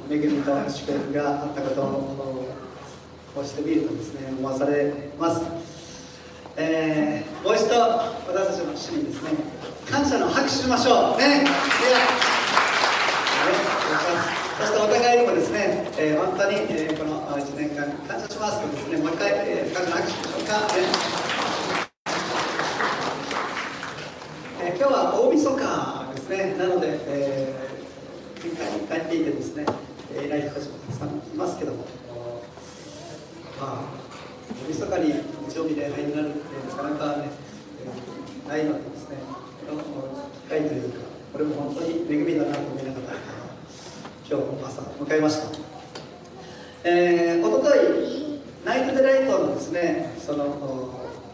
恵みと祝福があったことをこうしてみるとですね、思わされます。もう一度私たちの主にですね、感謝の拍手しましょうね。そしてお互いにもですね、本当に、この1年間感謝しますとですね、もう一回、感謝の拍手しましょうか、今日は大晦日ですね。なので、実家に帰っていてですね、いない人たちもたくさんいますけども、大晦日に日曜日礼拝になるってなかなかね、ないのでですね、機会というか、これも本当に恵みだなと思いながら今日朝迎えました。おとといナイトデライトのですね、その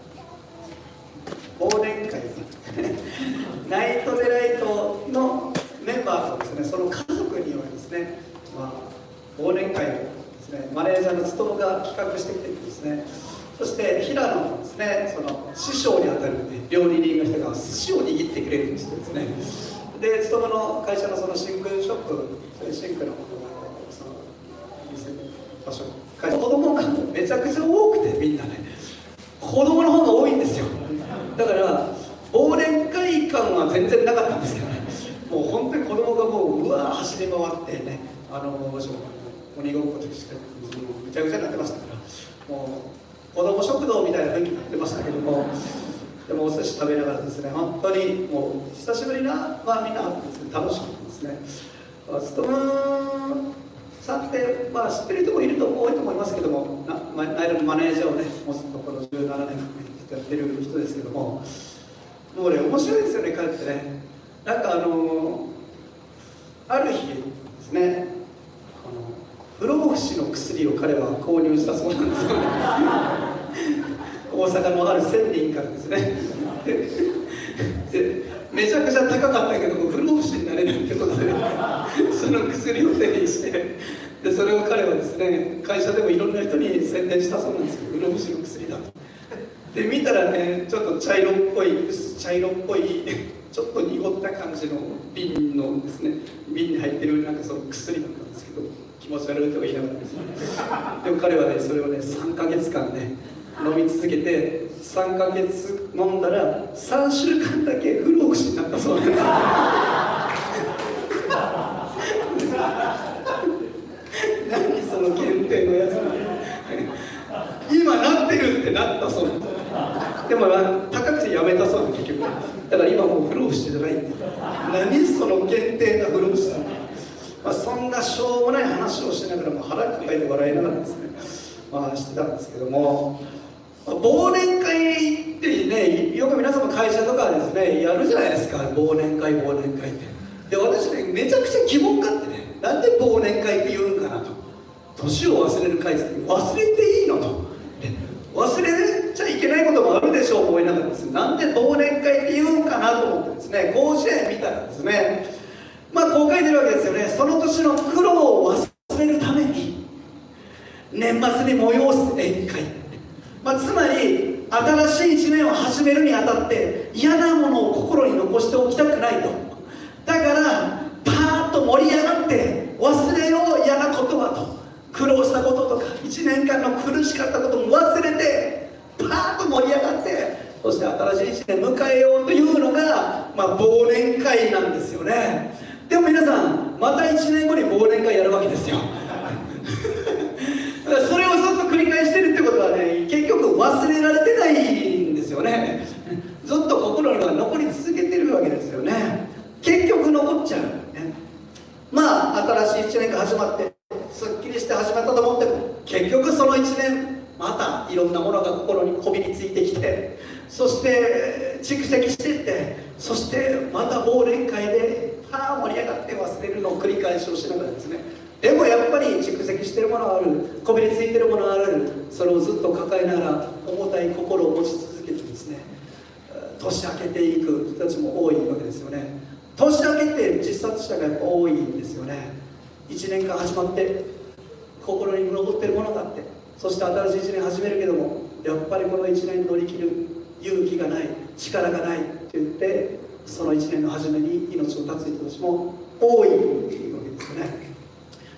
忘年会ナイトデライトのメンバーとですね、その家族によるですね、忘年会をですね、マネージャーの務が企画してきてですね、そして平野のですね、その師匠にあたる、ね、料理人の人が寿司を握ってくれる人ですね。で、勤の会社のその真空ショップ、そういう真空のその店場所、子供がめちゃくちゃ多くて、みんなね、子供の方が多いんですよ。だから忘年会感は全然なかったんですけどね、もう本当に子供がもううわー走り回ってね、鬼ごっことしてぐちゃぐちゃになってましたから、もう子供食堂みたいな雰囲気になってましたけども、でもお寿司食べながらですね、本当にもう久しぶりな、みんなですね、楽しかったですね。つとむさんって、知ってる人もいると多いと思いますけども、ナイルのマネージャーをね、もうすぐこの17年やってる人ですけども、もうね、面白いですよね、彼ってね。なんかある日ですね、不老不死の薬を彼は購入したそうなんですよね。大阪のある仙人からですね。でめちゃくちゃ高かったけども不老不死になれるってことでその薬を手にして、でそれを彼はですね、会社でもいろんな人に宣伝したそうなんですよ。不老不死の薬だと。で見たらね、ちょっと茶色っぽいちょっと濁った感じの瓶のですね、瓶に入ってるなんかその薬だったんですけど、気持ち悪いとか言いながらですね、でも彼はね、それをね3ヶ月間ね飲み続けて、3ヶ月飲んだら3週間だけ不老不死になったそうなんですよ。何その限定のやつ今なってるってなったそうなんです。でも高くてやめたそうで、結局だから今もう不老不死じゃないって、何その限定な不老不死さ、そんなしょうもない話をしながらも腹抱えて笑いながらですね、してたんですけども、忘年会ってね、よく皆様会社とかですねやるじゃないですか、忘年会って。で、私ね、めちゃくちゃ疑問があってね、なんで忘年会って言うんかなと。年を忘れる会って忘れていいのと、忘れちゃいけないこともあるでしょう思いながらですね、なんで忘年会って言うんかなと思ってですね、甲子園見たらですね、こう書いてるわけですよね。その年の苦労を忘れるために年末に催す宴会、つまり新しい一年を始めるにあたって嫌なものを心に残しておきたくないと。だからパーッと盛り上がって忘れよう、嫌なことはと、苦労したこととか1年間の苦しかったことも忘れてパーッと盛り上がって、そして新しい1年迎えようというのが、忘年会なんですよね。でも皆さん、また1年後に忘年会やるわけですよ。それをずっと繰り返してるってことはね、結局忘れられてないんですよね。ずっと心には残り続けてるわけですよね。結局残っちゃう、ね。新しい1年が始まってすっきりして始まったと思っても、結局その1年またいろんなものが心にこびりついてきて、そして蓄積していって、そしてまた忘年会で盛り上がって忘れるのを繰り返しをしながらですね、でもやっぱり蓄積しているものがある、こびりついているものがある、それをずっと抱えながら重たい心を持ち続けてですね、年明けていく人たちも多いわけですよね。年明けて自殺者がやっぱ多いんですよね。1年間始まって心に残っているものがあって、そして新しい1年始めるけども、やっぱりこの1年乗り切る勇気がない、力がないって言って、その1年の初めに命を絶つ人たちも多いわけですよね。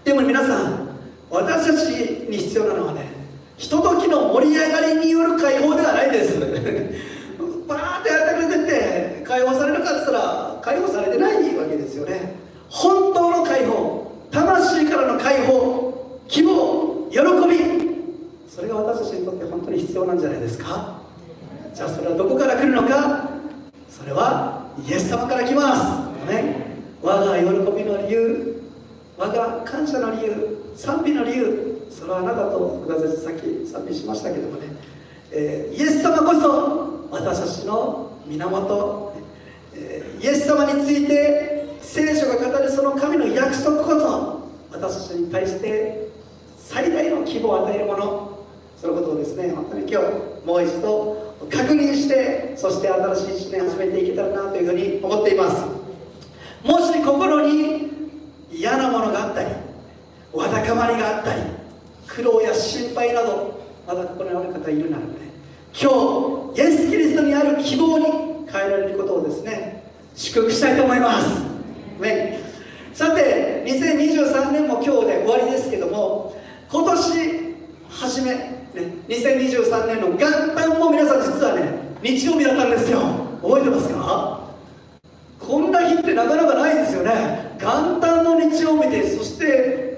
でも皆さん、私たちに必要なのはね、ひとときの盛り上がりによる解放ではないですバーってやってくれてて解放されるかって言ったら解放されてないわけですよね。本当の解放、魂からの解放、希望、喜び、それが私たちにとって本当に必要なんじゃないですか。じゃあそれはどこから来るのか。それはイエス様から来ます、ね、我が喜びの理由、我が感謝の理由、賛美の理由、それはあなたと私たちさっき賛美しましたけどもね、イエス様こそ私たちの源、イエス様について聖書が語るその神の約束こそ私たちに対して最大の希望を与えるもの、そのことをですね、本当に今日もう一度確認して、そして新しい一年始めていけたらなというふうに思っています。もし心に嫌なものがあったり、わだかまりがあったり、苦労や心配などまだここにある方いるならね、今日イエス・キリストにある希望に変えられることをですね、祝福したいと思います、ね、さて2023年も今日で終わりですけども、今年初め、ね、2023年の元旦も皆さん実はね、日曜日だったんですよ。覚えてますか？こんな日ってなかなかないですよね。元旦の日曜日で、そして、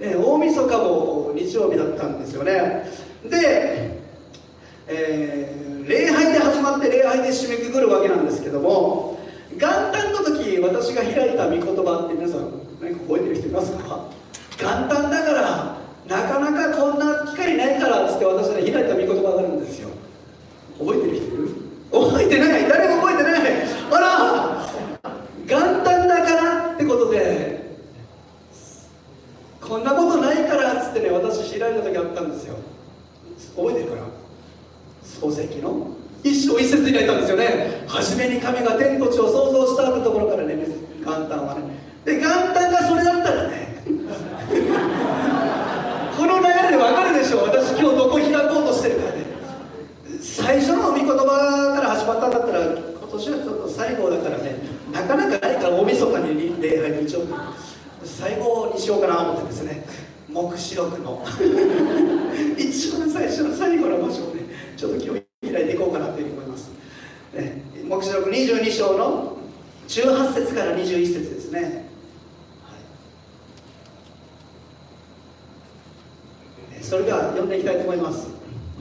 ね、大晦日も日曜日だったんですよね。で、礼拝で始まって礼拝で締めくくるわけなんですけども、元旦の時私が開いた御言葉って皆さん何か覚えてる人いますか？元旦だからなかなかこんな機会ないからっつって私が開いた御言葉があるんですよ。覚えてる人いる？覚えてない？誰も覚えてない？あら、元旦だからってことで、こんなことないからっつってね、私開いた時あったんですよ。覚えてるかな？創世記の一章一節に書いたんですよね。初めに神が天と地を創造したってところからね、元旦はね。で、元旦がそれだったらねこの流れで分かるでしょう。私今日どこ開こうとしてるかね。最初の御言葉から始まったんだったら、今年はちょっと最後だからね、なかなかないから大晦日に礼拝に日曜日最後にしようかなと思ってですね、黙示録の一番最初の最後の場所をね、ちょっと今日開いていこうかなというふうに思います、ね、黙示録22章の18節から21節ですね。それでは読んでいきたいと思います。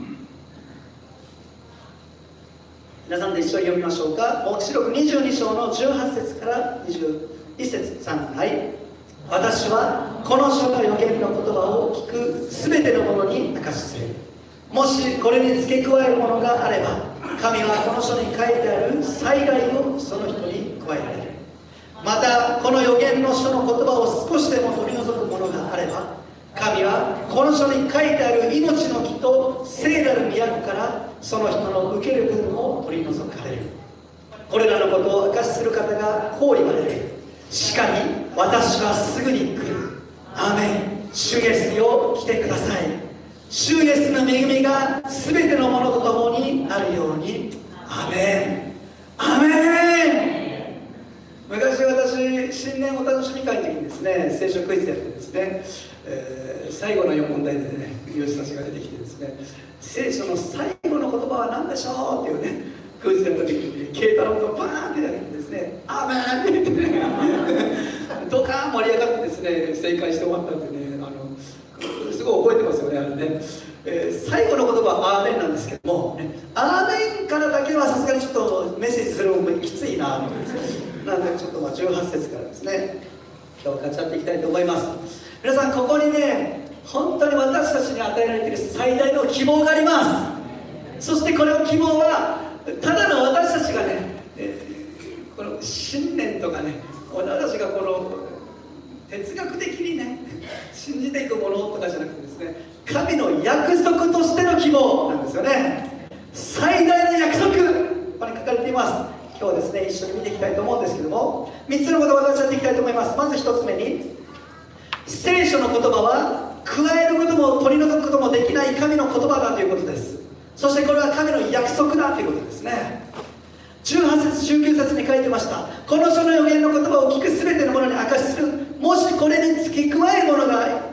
皆さんで一緒に読みましょうか。黙示録22章の18節から21節。3、はい。私はこの書の予言の言葉を聞くすべてのものに明かしする。もしこれに付け加えるものがあれば、神はこの書に書いてある災害をその人に加えられる。またこの予言の書の言葉を少しでも取り除くものがあれば、神はこの書に書いてある命の木と聖なる都からその人の受ける分を取り除かれる。これらのことを明かしする方がこう言われる。しかに私はすぐに来る。アーメン。主イエスよ、来てください。主イエスの恵みが全てのものとともにあるように。アーメン。アーメン。昔私、新年お楽しみ会の時にですね、聖書クイズやってですね、最後の4問題でね、有志たちが出てきてですね、聖書の最後の言葉は何でしょうっていうね、クイズやった時に、慶太郎がバーンってやってですね、アーメンって言ってね、ドカーン盛り上がってですね、正解して終わったんでね、すごい覚えてますよね、あれね。最後の言葉はアーメンなんですけども、ね、アーメンからだけはさすがにちょっとメッセージするのもきついなと思ってですね、なのでちょっと18節からですね、今日は語っていきたいと思います。皆さん、ここにね、本当に私たちに与えられている最大の希望があります。そしてこの希望はただの私たちがね、この信念とかね、私たちがこの哲学的にね信じていくものとかじゃなくてですね、神の約束としての希望なんですよね。最大の約束、ここに書かれています。今日はですね、一緒に見ていきたいと思うんですけども、3つのことを私はやっていきたいと思います。まず1つ目に、聖書の言葉は加えることも取り除くこともできない神の言葉だということです。そしてこれは神の約束だということですね。18節19節に書いてました。この書の予言の言葉を聞くすべてのものに明かしする。もしこれに付け加えるものが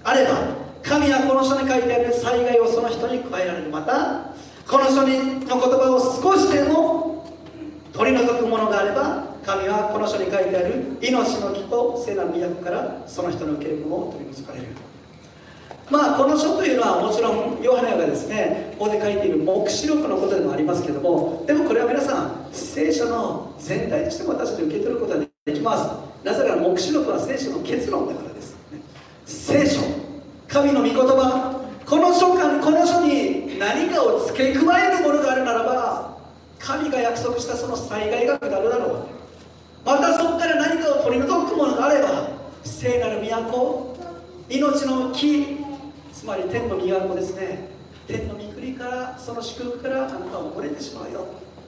あれば、神はこの書に書いてある災害をその人に加えられる。またこの書の言葉を少しでも取り除くものがあれば、神はこの書に書いてある命の木と聖なる都からその人の受けるものを取り除かれる。この書というのはもちろんヨハネがですね、ここで書いている黙示録のことでもありますけども、でもこれは皆さん聖書の全体としても私たち受け取ることができます。なぜなら黙示録は聖書の結論だからです。聖書、神の御言葉、この書に何かを付け加えるものがあるならば、神が約束したその災害が下るだろう。またそこから何かを取り除くものがあれば、聖なる都、命の木、つまり天の都ですね、天の御国から、その祝福からあなたは漏れてしまうよ。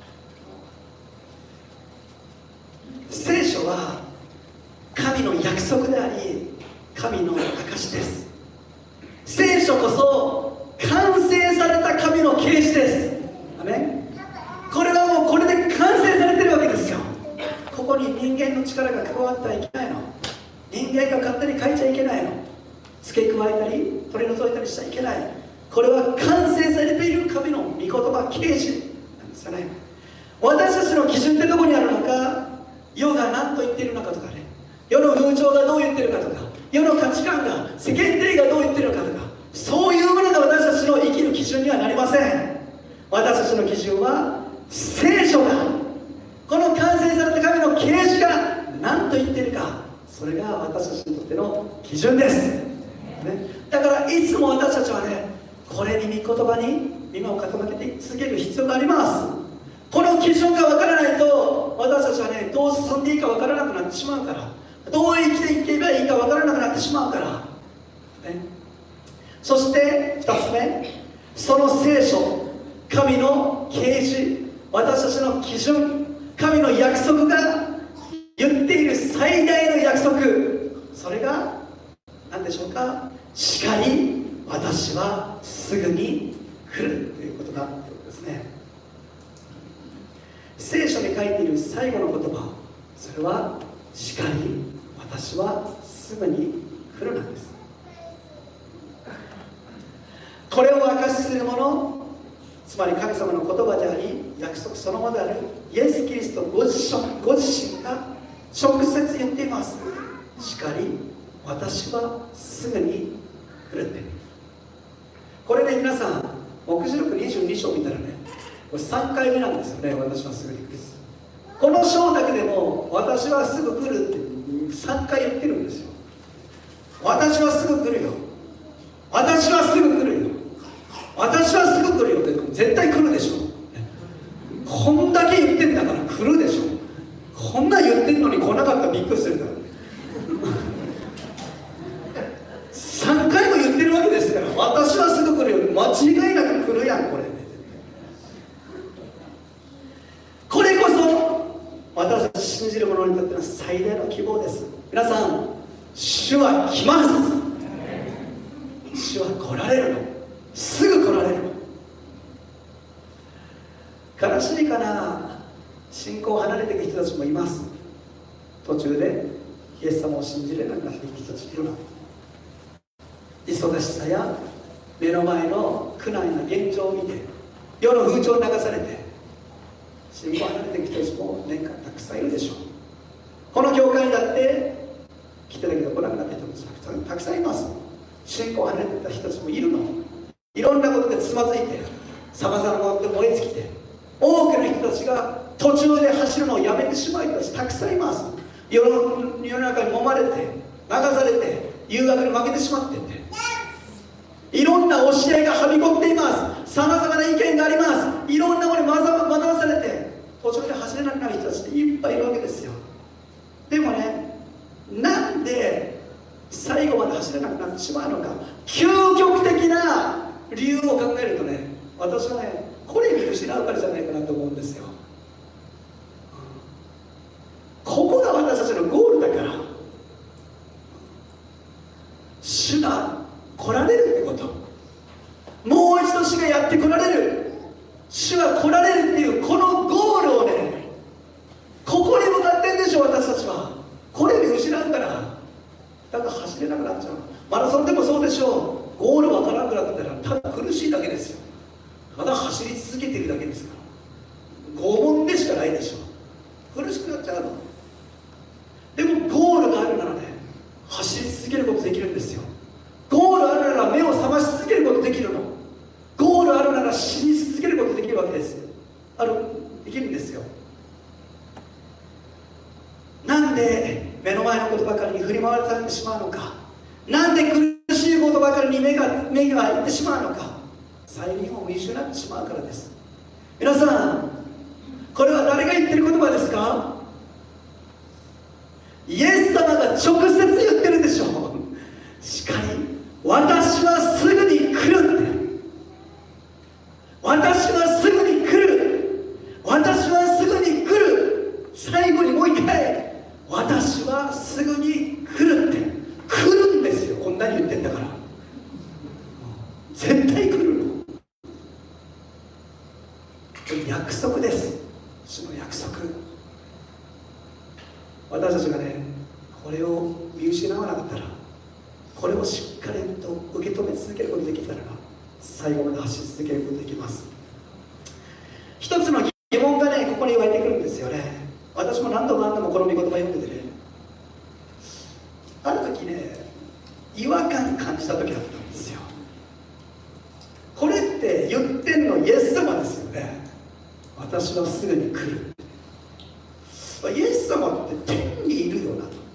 聖書は神の約束であり、神の証です。聖書こそ完成された神の啓示です。アメン。これはもうこれで完成されてるわけですよ。ここに人間の力が加わってはいけないの。人間が勝手に書いちゃいけないの。付け加えたり取り除いたりしちゃいけない。これは完成されている神の御言葉啓示なんですよね。私たちの基準ってどこにあるのか、世が何と言っているのかとかね、世の風潮がどう言ってるかとか、世の価値観が、世間体がどう言ってるのかとか、そういうものが私たちの生きる基準にはなりません。私たちの基準は聖書が、この完成された神の啓示が何と言っているか、それが私たちにとっての基準です、ね、だからいつも私たちはね、これに御言葉に耳を傾けて続ける必要があります。この基準がわからないと、私たちはね、どう進んでいいかわからなくなってしまうから、どう生きていけばいいかわからなくなってしまうから、ね、そして2つ目、その聖書、神の啓示、私たちの基準、神の約束が言っている最大の約束、それが何でしょうか。しかり私はすぐに来るということだということですね。聖書に書いている最後の言葉、それはしかり私はすぐに来るなんです。これを証しするもの、つまり神様の言葉であり約束そのものであるイエス・キリストご自身が直接言っています。しかり私はすぐに来るって。これね、皆さん黙示録22章見たらね、これ3回目なんですよね。私はすぐに来る。この章だけでも私はすぐ来るって3回言ってるんですよ。私はすぐ来るよ、私はすぐ来るよ、私はすぐ来るよって絶対来るでしょ。こんだけ言ってんだから来るでしょ。こんな言ってんのに来なかったらびっくりするから3回も言ってるわけですから、私はすぐ来るよ、間違いなく来るやん。これこそ私たち信じる者にとっての最大の希望です。皆さん、主は来ます。主は来られるの、すぐ来られるの。悲しいかな、信仰を離れていく人たちもいます。途中でイエス様を信じれなくなっていく人たちいるの。忙しさや目の前の苦難や現状を見て、世の風潮に流されて信仰を離れていく人たちも年間たくさんいるでしょう。この教会にだって来てたけど来なくなった人もたくさんいます。信仰を離れていった人たちもいるの。いろんなことでつまずいて、さまざまなことで燃え尽きて、多くの人たちが途中で走るのをやめてしまう人たちたくさんいます。世の中に揉まれて流されて誘惑に負けてしまってて、いろんな教えがはびこっています。さまざまな意見があります。いろんなものに惑わされて途中で走れなくなる人たちっていっぱいいるわけですよ。でもね、なんで最後まで走れなくなってしまうのか、究極的な理由を考えるとね、私はね、これ見失うからじゃないかなと思うんですよ。ここが私たちのゴールだから。主が来られるってこと、もう一度主がやって来られる、主が来られるっていうこのゴールをね、ここに向かってんでしょ。私たちはこれ見失うから、だから走れなくなっちゃう。マラソンでもそうでしょう。ゴールわからなくなったらただ苦しいだけですよ。ただ走り続けているだけですから、拷問でしかないでしょう。苦しくなっちゃうの。でもゴールがあるならね、走り続けることできるんですよ。ゴールあるなら目を覚まし続けることできるの。ゴールあるなら死に続けることできるわけです。できるんですよ。なんで目の前のことばかりに振り回されてしまうのか、なんで苦しいことばかりに目がいってしまうのか、再日本を見失ってしまうからです。皆さん、これは誰が言ってる言葉ですか？イエス様が直接言ってるんでしょう。しかり私はすぐに来るって、私はすぐに来る、私はすぐに来る、最後にもう一回、私はすぐに来るって来るんですよ。こんなに言ってんだから、絶対来るの。約束です。主の約束。私たちがね、これを見失わなかったら、これをしっかりと受け止め続けることができたらば、最後まで走り続けることができます。一つの疑問がね、ここに湧いてくるんですよね。私も何度もこの御言葉を読んでてね、ある時ね、違和感感じた時だったんですよ。これって言ってんのイエス様ですよね。私はすぐに来る。イエス様って天にいるよなと。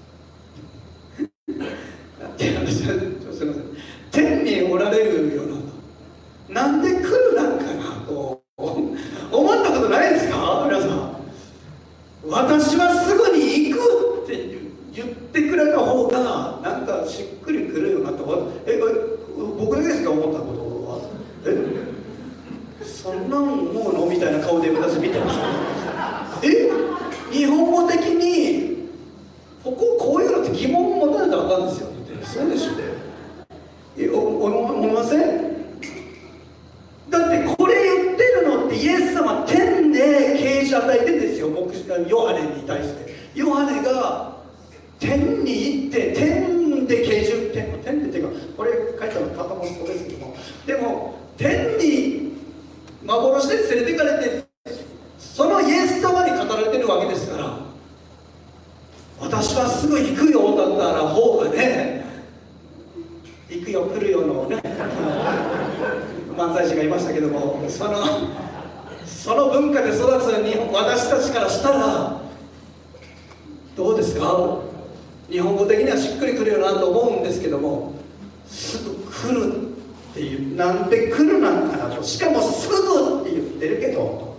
すみません、天におられるよなと。なんで来るなんかなと思ったことないですか皆さん。私はすぐに行くって言ってくれた方がなんかしっくりくるよなと。僕だけですか思ったことは。そんなん思うのみたいな顔で私見てます。日本語的にこういうのって疑問を持たれたらあかんですよって。そうでしょ。思いません？だってこれ言ってるのってイエス様天で啓示与えてるんですよ。ヨハネに対してヨハネが天に行って天で啓示、天っていうか、これ書いたのパタモス語ですけども、でも天に幻で連れて行かれて、そのイエス様に語られてるわけですから、私はすぐ行くよだったら方がね、行くよ来るよのね漫才師がいましたけども、その文化で育つ私たちからしたらどうですか？日本語的にはしっくりくるよなと思うんですけども、すぐ来るっていう、なんで来るなんかなと。しかもすぐって言ってるけど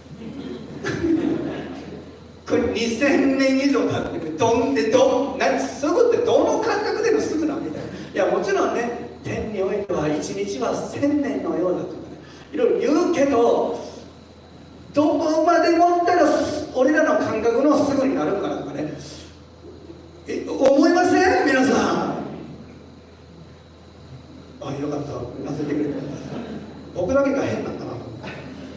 これ2000年以上経ってる。すぐってどの感覚でのすぐなんみたいな。いやもちろんね、天においては一日は1000年のようだとかね、いろいろ言うけど、どこまで持ったら俺らの感覚のすぐになるかなとかね、思いません皆さん？よかった、うなずいてくれて。僕だけが変なんだなと思って。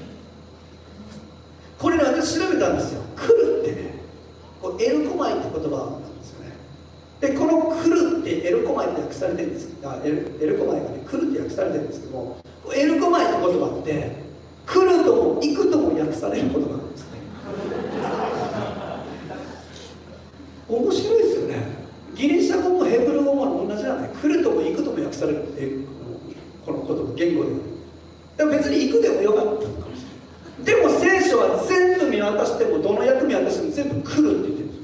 これね、私調べたんですよ。来るってね、エルコマイって言葉なんですよね。でこの来るってエルコマイって訳されてるんですけど、エルコマイがね来るって訳されてるんですけども、エルコマイって言葉って来るとも行くとも訳される言葉なんですね。面白いですよね。ギリシャ語もヘブル語も同じじゃない。来るとも行くとも訳されるってこの言葉、言語では。でも別に行くでもよかったのかもしれない。でも聖書は全部見渡しても、どの訳見渡しても全部来るって言ってるんですよ。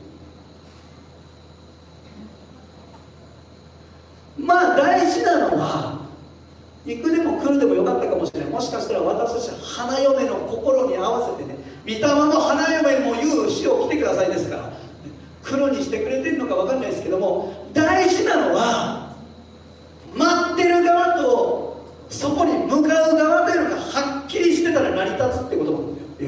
まあ大事なのは、行くでも来るでもよかったかもしれない。もしかしたら私たち花嫁の心に合わせてね、御霊の花嫁も言う死を来てくださいですから、来るにしてくれてるのか分かんないですけども、大事なのは待ってる側とそこに向かう側というのがはっきりしてたら成り立つってことなんだよ。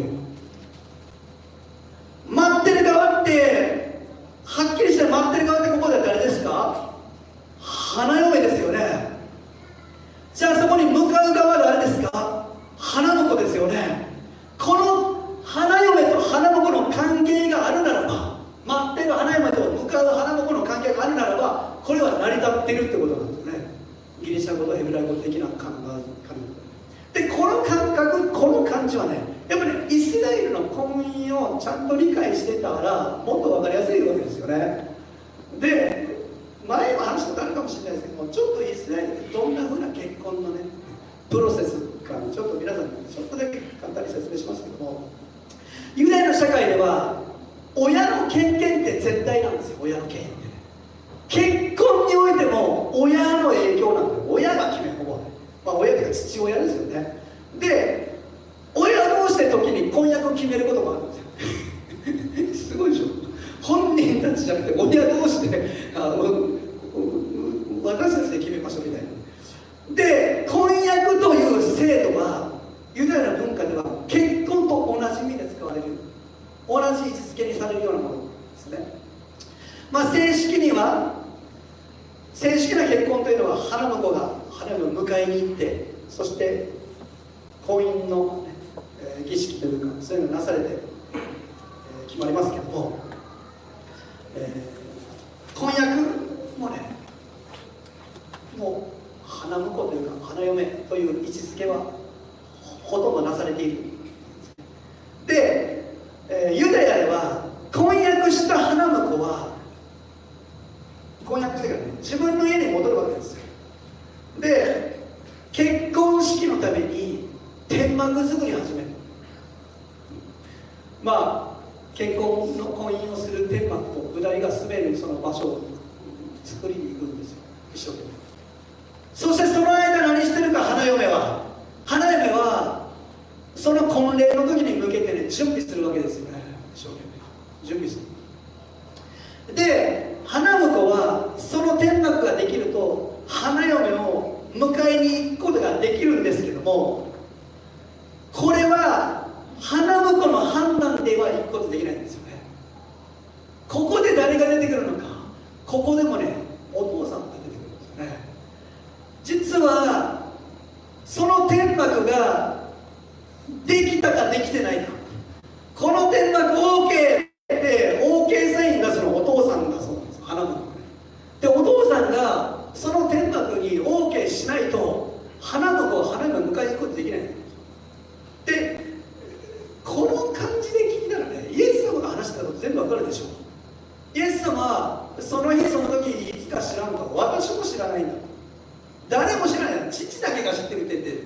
待ってる側ってはっきりして、待ってる側ってここでは誰ですか？花嫁ですよね。じゃあそこに向かう側は誰ですか？花婿ですよね。この花嫁と花婿の関係があるならば、待ってる花嫁と向かう花婿の関係があるならば、これは成り立っているってことなんですよね。 ギリシャ語とヘブライ語的な感覚で、この感覚、この感じはね、やっぱり、イスラエルの婚姻をちゃんと理解してたらもっと分かりやすいわけですよね。で、前も話したことあるかもしれないですけども、ちょっとイスラエルってどんな風な結婚のねプロセスか、ちょっと皆さんにちょっとだけ簡単に説明しますけども、ユダヤの社会では親の権限って絶対なんですよ。親の権威ってね、結婚においても親の影響なんで、親が決め、ほぼね、親というか父親ですよね。で、親同士で時に婚約を決めることもあるんですよすごいでしょ。本人たちじゃなくて親同士で私たちで決めましょうみたいな。で、婚約という制度はユダヤの文化では結婚と同じ意味で使われる、同じ位置づけにされるようなものですね。正式な結婚というのは、花婿が花嫁を迎えに行って、そして婚姻の、儀式というか、そういうのがなされて、決まりますけども、婚約もね、もう花婿というか花嫁という位置づけはほとんどなされている。で、ユダヤでは婚約した花婿は婚約してからね、自分の家に戻るわけですよ。で、結婚式のために天幕作りを始める。結婚の婚姻をする天幕と下りが滑るその場所を作りに行くんですよ、一生懸命。そしてその間何してるか、花嫁はその婚礼の時に向けてね、準備するわけですよね。一生懸命準備する。で、花婿はその天幕ができると花嫁を迎えに行くことができるんですけども、これは花婿の判断では行くことできないんですよね。ここで誰が出てくるのか、ここでもね、お父さんが出てくるんですよね。実はその天幕ができたかできてないか、この天幕 OK で OK サイン出すのお父さんだそうなんですよ、花婿がね。で、お父さんがその天幕に OK しないと花婿は花嫁を迎えに行くことできないんです。で、この感じで聞いたらね、イエス様が話してたこと全部わかるでしょ。イエス様はその日その時いつか知らんと、私も知らないんだ、誰も知らない、父だけが知ってるって言って、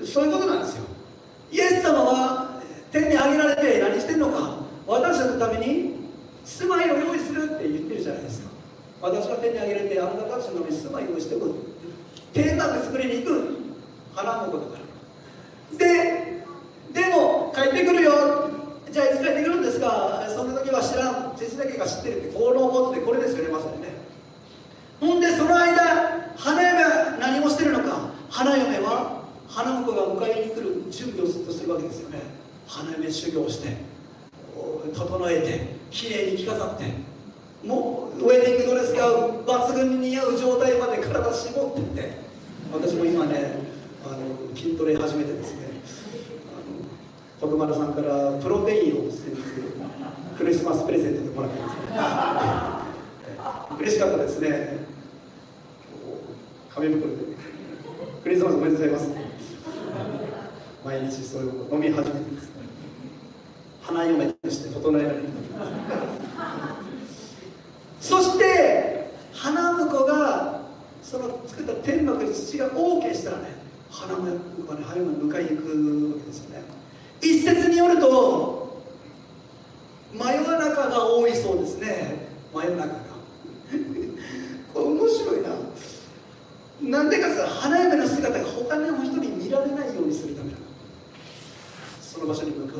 そういうことなんですよ。イエス様は天に上げられて何してんのか、私たちのために住まいを用意するって言ってるじゃないですか。私は天に上げられてあなたたちのために住まいを用意してくる、天幕作りに行く花婿だから。でも帰ってくるよ、じゃあいつ帰ってくるんですか、その時は知らん、父だけが知ってるって、このことでこれですよね、まさにね。ほんで、その間花嫁は何をしてるのか、花嫁は花婿が迎えに来る準備をずっとするわけですよね。花嫁修行して整えてきれいに着飾って、もうウェディングドレスが抜群に似合う状態まで体絞ってって、私も今ね筋トレ始めてですね、徳丸さんからプロテインを先日クリスマスプレゼントでもらってます嬉しかったですね。紙袋でクリスマスおめでとうございます。毎日それを飲み始めてですね、花嫁として整えられる。そして花婿がその作った天幕に父が OK したらね、花嫁がね、花嫁を迎えに行くわけですよね。一説によると真夜中が多いそうですね。真夜中がこれ面白いな。なんでかさ、花嫁の姿が他の人に見られないようにするためなの、その場所に向かう。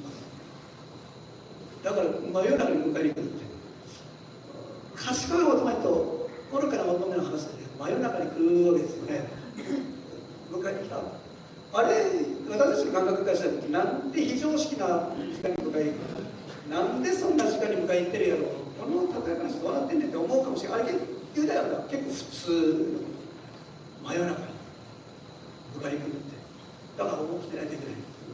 だから真夜中に迎えに来るって、賢い乙女と愚かな乙女の話でね、真夜中に来るわけですよね。迎えに来た、あれ、私たちの感覚からしたらなんで非常識な時間に迎えに行く、なんでそんな時間に迎えに行ってるやろ、この例え話どうなってんねんって思うかもしれない。あれユダヤが結構普通、真夜中に迎えに来るって、だから起きてないといけない。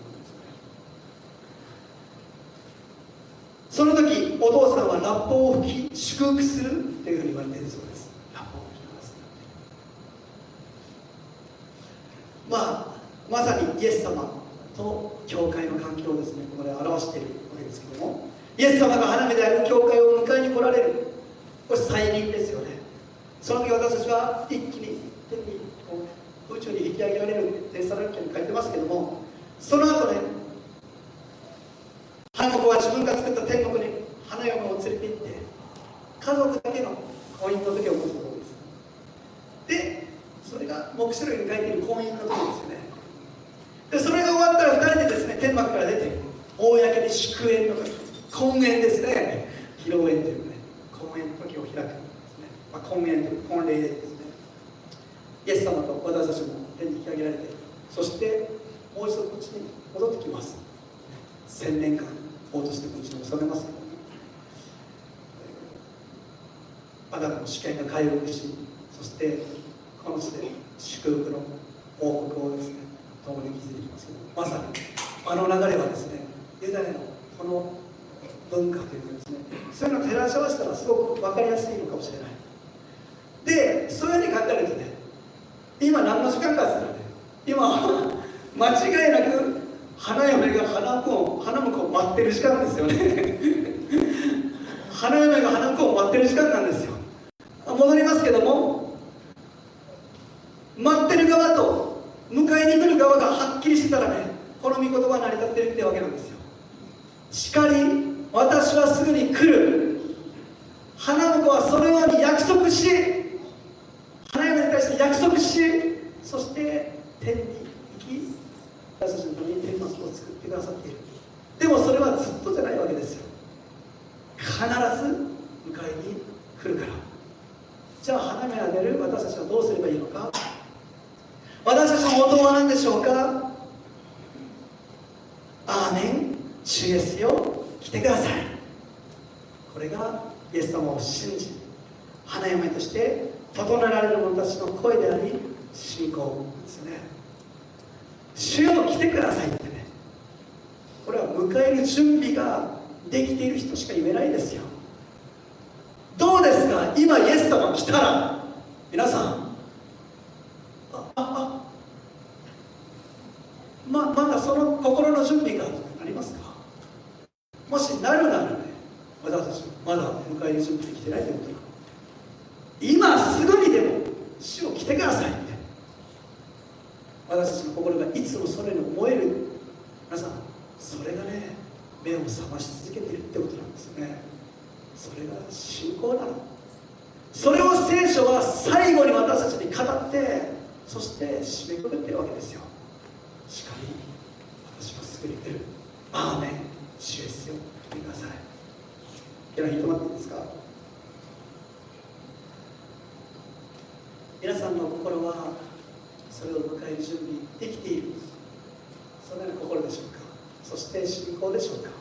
その時お父さんはラッパを吹き祝福するというふうに言われているそうです。ラッパを吹きます。 イエス様と教会の関係をですね、ここで表しているわけですけども、イエス様が花嫁である教会を迎えに来られる、これ再臨ですよね。その時私たちは一気に天に宇宙に引き上げられるってテサロニケに書いてますけども、その後ね、花婿は自分が作った天国に花嫁を連れて行って、家族だけの婚姻の時を持つところです。で、それが黙示録に書いている婚姻の時ですよね。で、それが終わったら2人でですね、天幕から出て、公に祝宴の時、婚宴ですね、披露宴というね、婚宴の時を開くんですね。婚宴という婚礼ですね。イエス様と私たちも天に引き上げられて、そしてもう一度こっちに戻ってきます。1000年間王としてこっちに収めますけど、アダムの主権が回復し、そしてこの地で祝福の王国をですね、共に築いていきますけど、まさにあの流れはですね、ユダヤのこの文化というかですね、そういうのを照らし合わせたらすごく分かりやすいのかもしれない。で、そういうふうに考えるとね、今何の時間かですからね、今間違いなく花嫁が花婿を待ってる時間ですよね花嫁が花婿を待ってる時間なんですよ。戻りますけども、待ってる側と迎えに来る側がはっきりしてたらね、この御言葉は成り立ってるってわけなんですよ。しかり私はすぐに来る、花婿はそのように約束し、花嫁に対して約束し、そして天に行き、私たちのために天幕を作ってくださっている。でもそれはずっとじゃないわけですよ。必ず迎えに来るから。じゃあ花嫁が出る私たちはどうすればいいのか。私たちの応答は何でしょうか。アーメン、主イエスよ、来てください。これがイエス様を信じ、花嫁として整えられる者たちの声であり、信仰ですよね。主よ、来てくださいってね、これは迎える準備ができている人しか言えないですよ。どうですか、今イエス様来たら皆さん、まだその心の準備がありますか。もしなるならね、私たちまだ迎える準備できてないということか。今すぐにでも主を来てくださいって、私たちの心がいつもそれに思える、皆さん、それがね、目を覚まし続けているってことなんですよね。それが信仰なの。それを聖書は最後に私たちに語って、そして締めくくっているわけですよ。しかり私はすぐに来る、アーメン、主イエスよ、来てください。では引いてもらっていいですか。皆さんの心はそれを迎える準備できている、そのような心でしょうか。そして信仰でしょうか。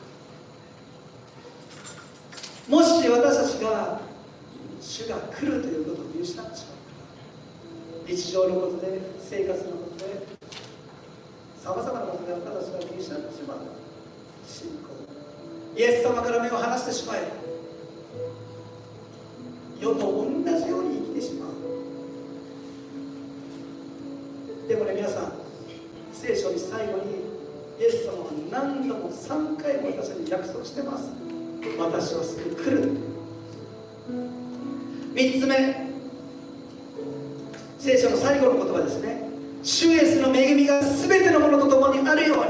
もし私たちが主が来るということを見失ってしまう、日常のことで、生活のことで、さまざまなことで私たちが見失ってしまう信仰、イエス様から目を離してしまえ、世と同じように生きてしまう。でもね、皆さん、聖書に最後にイエス様は何度も3回も私に約束してます。私はすぐ来る。3つ目、聖書の最後の言葉ですね。主イエスの恵みが全てのものと共にあるように。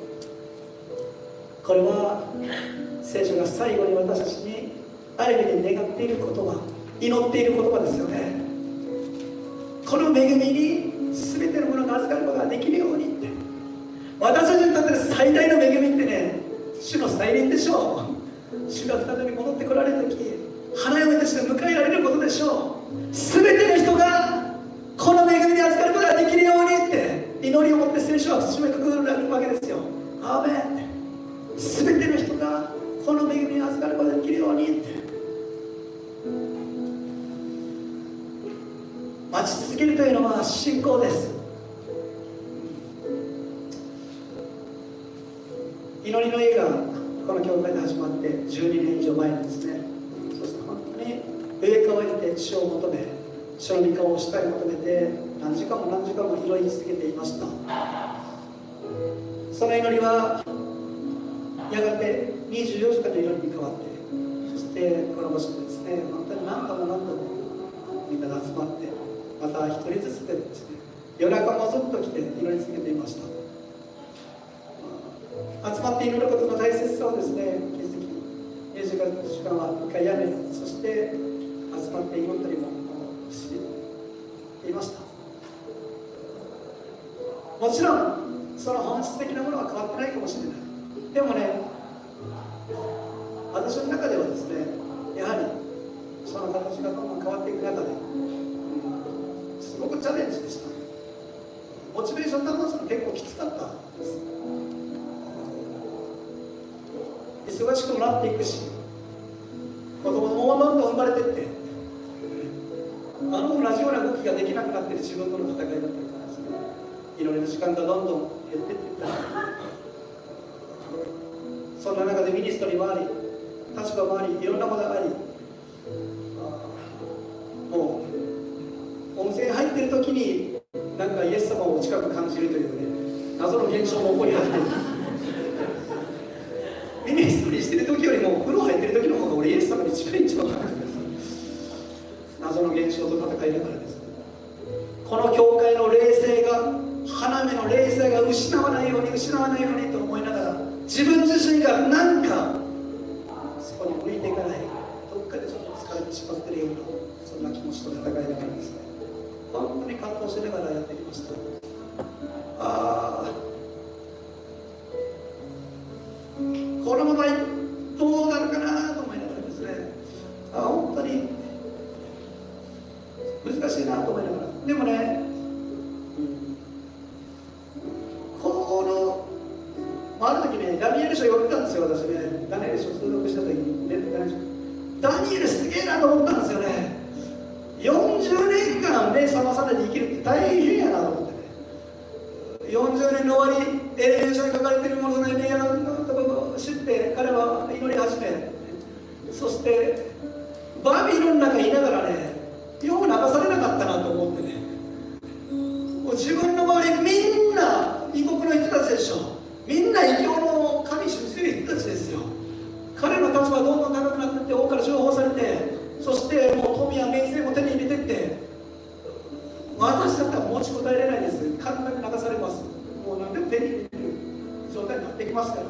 これは聖書が最後に私たちにある意味で願っている言葉、祈っている言葉ですよね。この恵みに全てのものが預かることができるようにって。私たちにとって最大の恵みってね、主の再臨でしょう。主が再び戻ってこられる時、花嫁として迎えられることでしょう。全ての人がこの恵みに預かることができるようにって祈りを持って聖書は締めくくられるわけですよ。アーメン。全ての人がこの恵みに預かることができるようにって。待ち続けるというのは信仰です。祈りの家がこの教会で始まって12年以上前にですね、そして本当に上側にて主を求め、主の御顔をしたい求めて何時間も何時間も祈り続けていました。 その祈りはやがて24時間の祈りに変わって、そしてこの場所でですね、本当に何度も何度もみんなが集まって、また一人ずつでですね、夜中もずっと来て祈り続けていました。集まって祈ることの大切さをですね、気づき、24時間は一回やめ、そして集まって祈ったりもしていました。もちろんその本質的なものは変わってないかもしれない。でもね、私の中ではですね、やはりその形がどんどん変わっていく中で、すごくチャレンジでした。モチベーション保つの結構きつかったです。忙しくもなっていくし、子供もどんどん生まれていって、同じような動きができなくなっている自分との戦いだったりとかですね、祈りの時間がどんどん減っていっていった。そんな中でミニストリーもあり、立場もあり、いろんなことがあり、もう温泉入ってる時になんかイエス様を近く感じるというね、謎の現象も起こり始める。ミニストリーしてる時よりも風呂入ってる時の方が俺イエス様に近いんちゃうかな。謎の現象と戦いながらです。この教会の霊性が、花芽の霊性が失わないようにと思いながら、自分自身がなんかそこに向いていかない、どっかでちょっと疲れてしまっているような、そんな気持ちと戦いながらですね、本当に葛藤しながらやってきました。このままどうなるかなと思いながらですね、本当に難しいなと思いながら、でもね、ある時ね、ダニエル書読んでたんですよ、私ね。ダニエル書通読した時に、ダニエルすげえなと思ったんですよね。40年間目覚まさないで生きるって大変やなと思ってね。40年の終わり、エレメン書に書かれているものの意味のところを知って、彼は祈り始め、そしてバビロンの中にいながらね、よう流されなかったなと思ってね、もう自分の周りみんな異国の人たちでしょ。みんな異教の神信じてる人たちですよ。彼の立場はどんどん高くなっていって、王から情報されて、そしてもう富や名声も手に入れていって、私だったら持ちこたえれないです。簡単に流されます。もう何でも手に入れてる状態になってきますから。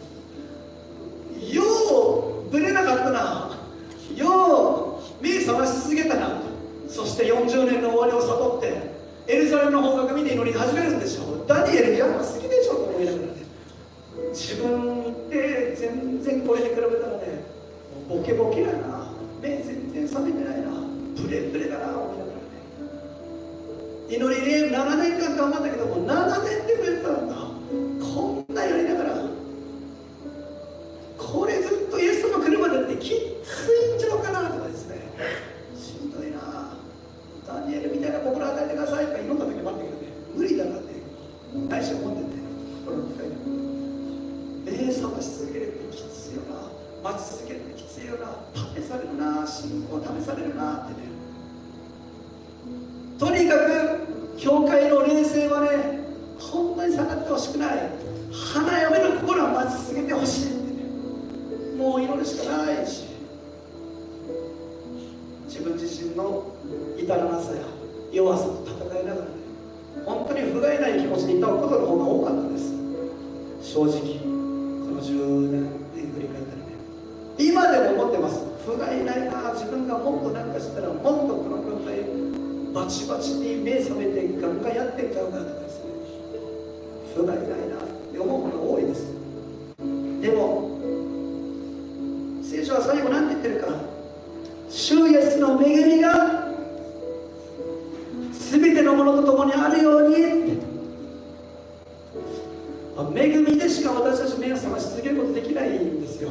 ようぶれなかったな、よう目覚まし続けたな。そして40年の終わりを悟ってエルサレムの方角見て祈り始めるんでしょう。ダニエルやばすぎでしょと思いながらね、自分って全然これに比べたらね、ボケボケやな、目全然覚めてないな、ブレブレだな思いながらね、祈りね、7年間頑張ったけども、7年で増えたんだ、こんなやりながら、これずっとイエス様来るまでってきついんちゃうかなとかですね、しんどいな、ダニエルみたいな心与えてくださいとか祈った時もあったけどね、無理だなって内心思ってて、この機会に目覚まし続けるってきついよな、待ち続けるってきついよな、試されるな、信仰試されるなってね。とにかく教会の霊性はね、本当に下がってほしくない。花嫁の心は待ち続けてほしいってね、もう祈るしかないし、自分自身の至らなさや弱さと戦いながらね、本当に不甲斐ない気持ちでいたことの方が多かったです。正直この10年振り返ったらね、今でも思ってます。不甲斐ないな、自分がもっとなんかしたらもっとこの状態バチバチに目覚めてガンガンやってんちゃうかとかですね、不甲斐ないなって思うものが多いです。でも聖書は最後何て言ってるか、主イエスの恵みが全てのものと共にあるように、恵みでしか私たち目を覚まし続けることできないんですよ。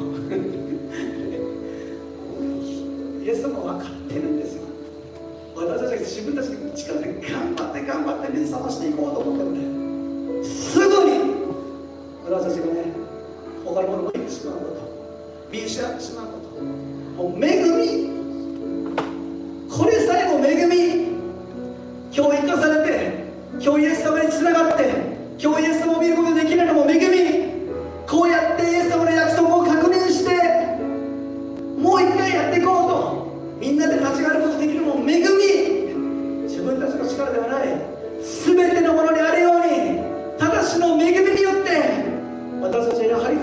イエス様は分かってるんですよ。私たちが自分たちの力で頑張って目覚ましていこうと思ってもね、すぐに私たちがね、他のものを見てしまうこと、見失ってしまうこと、もう恵み、これさえも恵み、今日生かされて、今日イエス様につながって、今日イエス様を見ることができないのも恵み。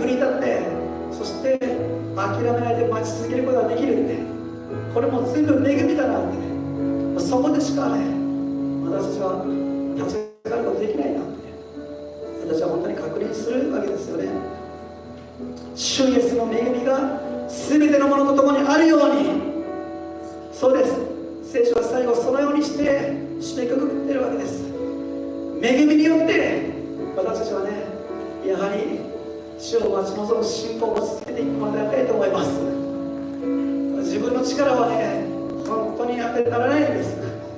奮い立って、そして諦めないで待ち続けることができるって、これも全部恵みだなってね、そこでしかね、私たちは立ち上がることできないなってね、私は本当に確認するわけですよね。主イエスの恵みが全てのものと共にあるように、そうです、聖書は最後そのようにして締めくくっているわけです。恵みによって私たちはね、やはり主を待ち望む信仰を続けていくまでありたいと思います。自分の力はね、本当に当てられないんです、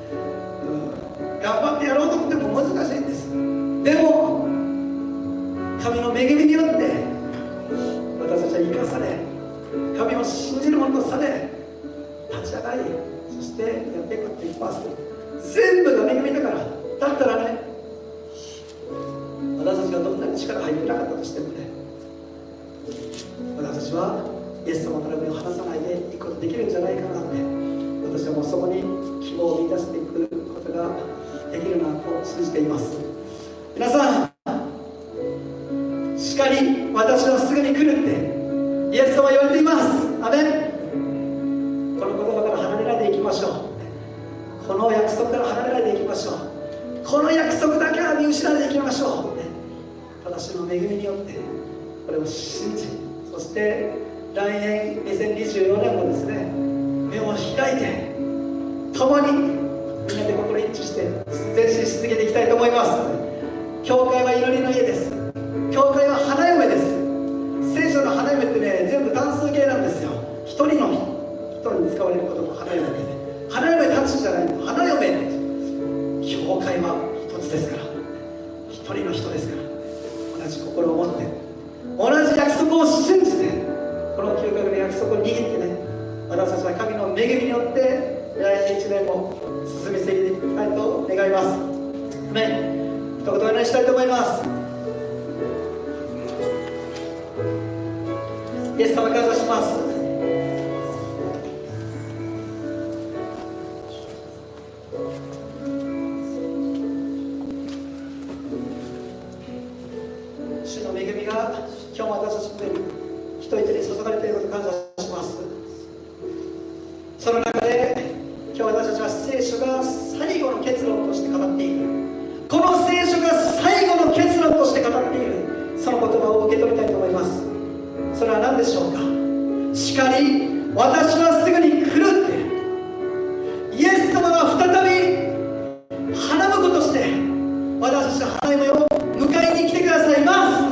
頑張ってやろうと思っても難しいんです。でも神の恵みによって私たちは生かされ、神を信じる者とされ立ち上がり、そしてやっていくことができます。全部が恵みだから。だったらね、私たちがどんなに力入ってなかったとしてもね、私たちはイエス様から目を離さないでいくことができるんじゃないかなって、私はもうそこに希望を見出していくことができるなと信じています。皆さん、しかり私はすぐに来るってイエス様は言われています。アメン。この言葉から離れないでいきましょう。この約束から離れないでいきましょう。この約束だけは見失わないでいきましょう。私の恵みによってこれを信じ、そして来年2024年もですね、目を開いて共にみんなで心一致して前進し続けていきたいと思います。教会は祈りの家です。教会は花嫁です。聖書の花嫁ってね、全部単数形なんですよ。一人の人に使われることも花嫁で、花嫁たちじゃないの、花嫁。教会は一つですから、一人の人ですから、同じ心を持って同じ約束を信じて、この究極の約束を握ってね、私たちは神の恵みによって来年1年も進み過ぎていきたいと願います。アメン。一言お願いしたいと思います。イエス様、感謝します。主の恵みが今日も私たちの上に一人一人注がれていることを感謝します。その中で今日私たちは聖書が最後の結論として語っている、この聖書が最後の結論として語っている、その言葉を受け取りたいと思います。それは何でしょうか。しかり私はすぐに来るって、イエス様が再び花婿として私たちの花嫁を迎えに来てくださいます。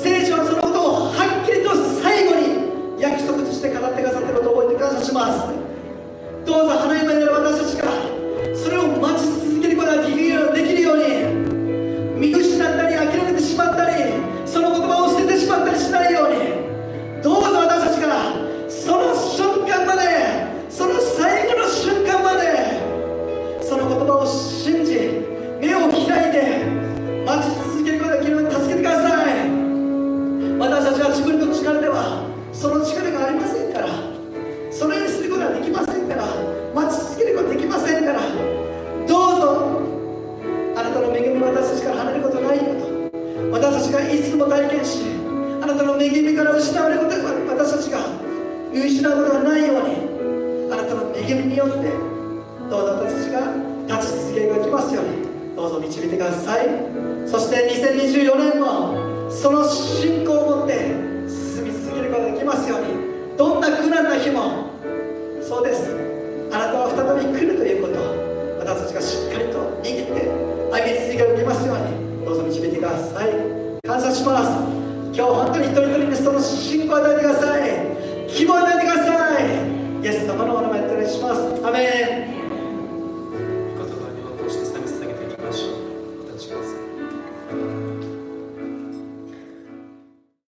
聖書はそのことをはっきりと最後に約束として語ってくださっていることを覚えて感謝します。どうぞ花嫁である私たちがそれを待ち続けることができるように、見失ったり諦めてしまったり、その言葉を捨ててしまったりしないように、どうぞ私たちがその瞬間まで、その最後の瞬間までその言葉を信じ、目を開いて待ち続けることができるように助けてください。私たちは自分の力ではその力がありませんから、それにすることはできませんから、待ち続けることはできませんから、どうぞあなたの恵み、私たちから離れることないこと、私たちがいつも体験し、あなたの恵みから失われることが、私たちが見失うことがないように、あなたの恵みによってどうぞ私たちが立ち続けができますように、どうぞ導いてください。そして2024年もその信仰を持って進み続けることができますように、どんな苦難な日もそうです、あなたは再び来るということを私たちがしっかりと握って歩み続けられますように、どうぞ導いてください。感謝します。今日本当に一人一人にその信仰を与えてください。希望を与えてください。イエス様のお名前でお願いします。アメン。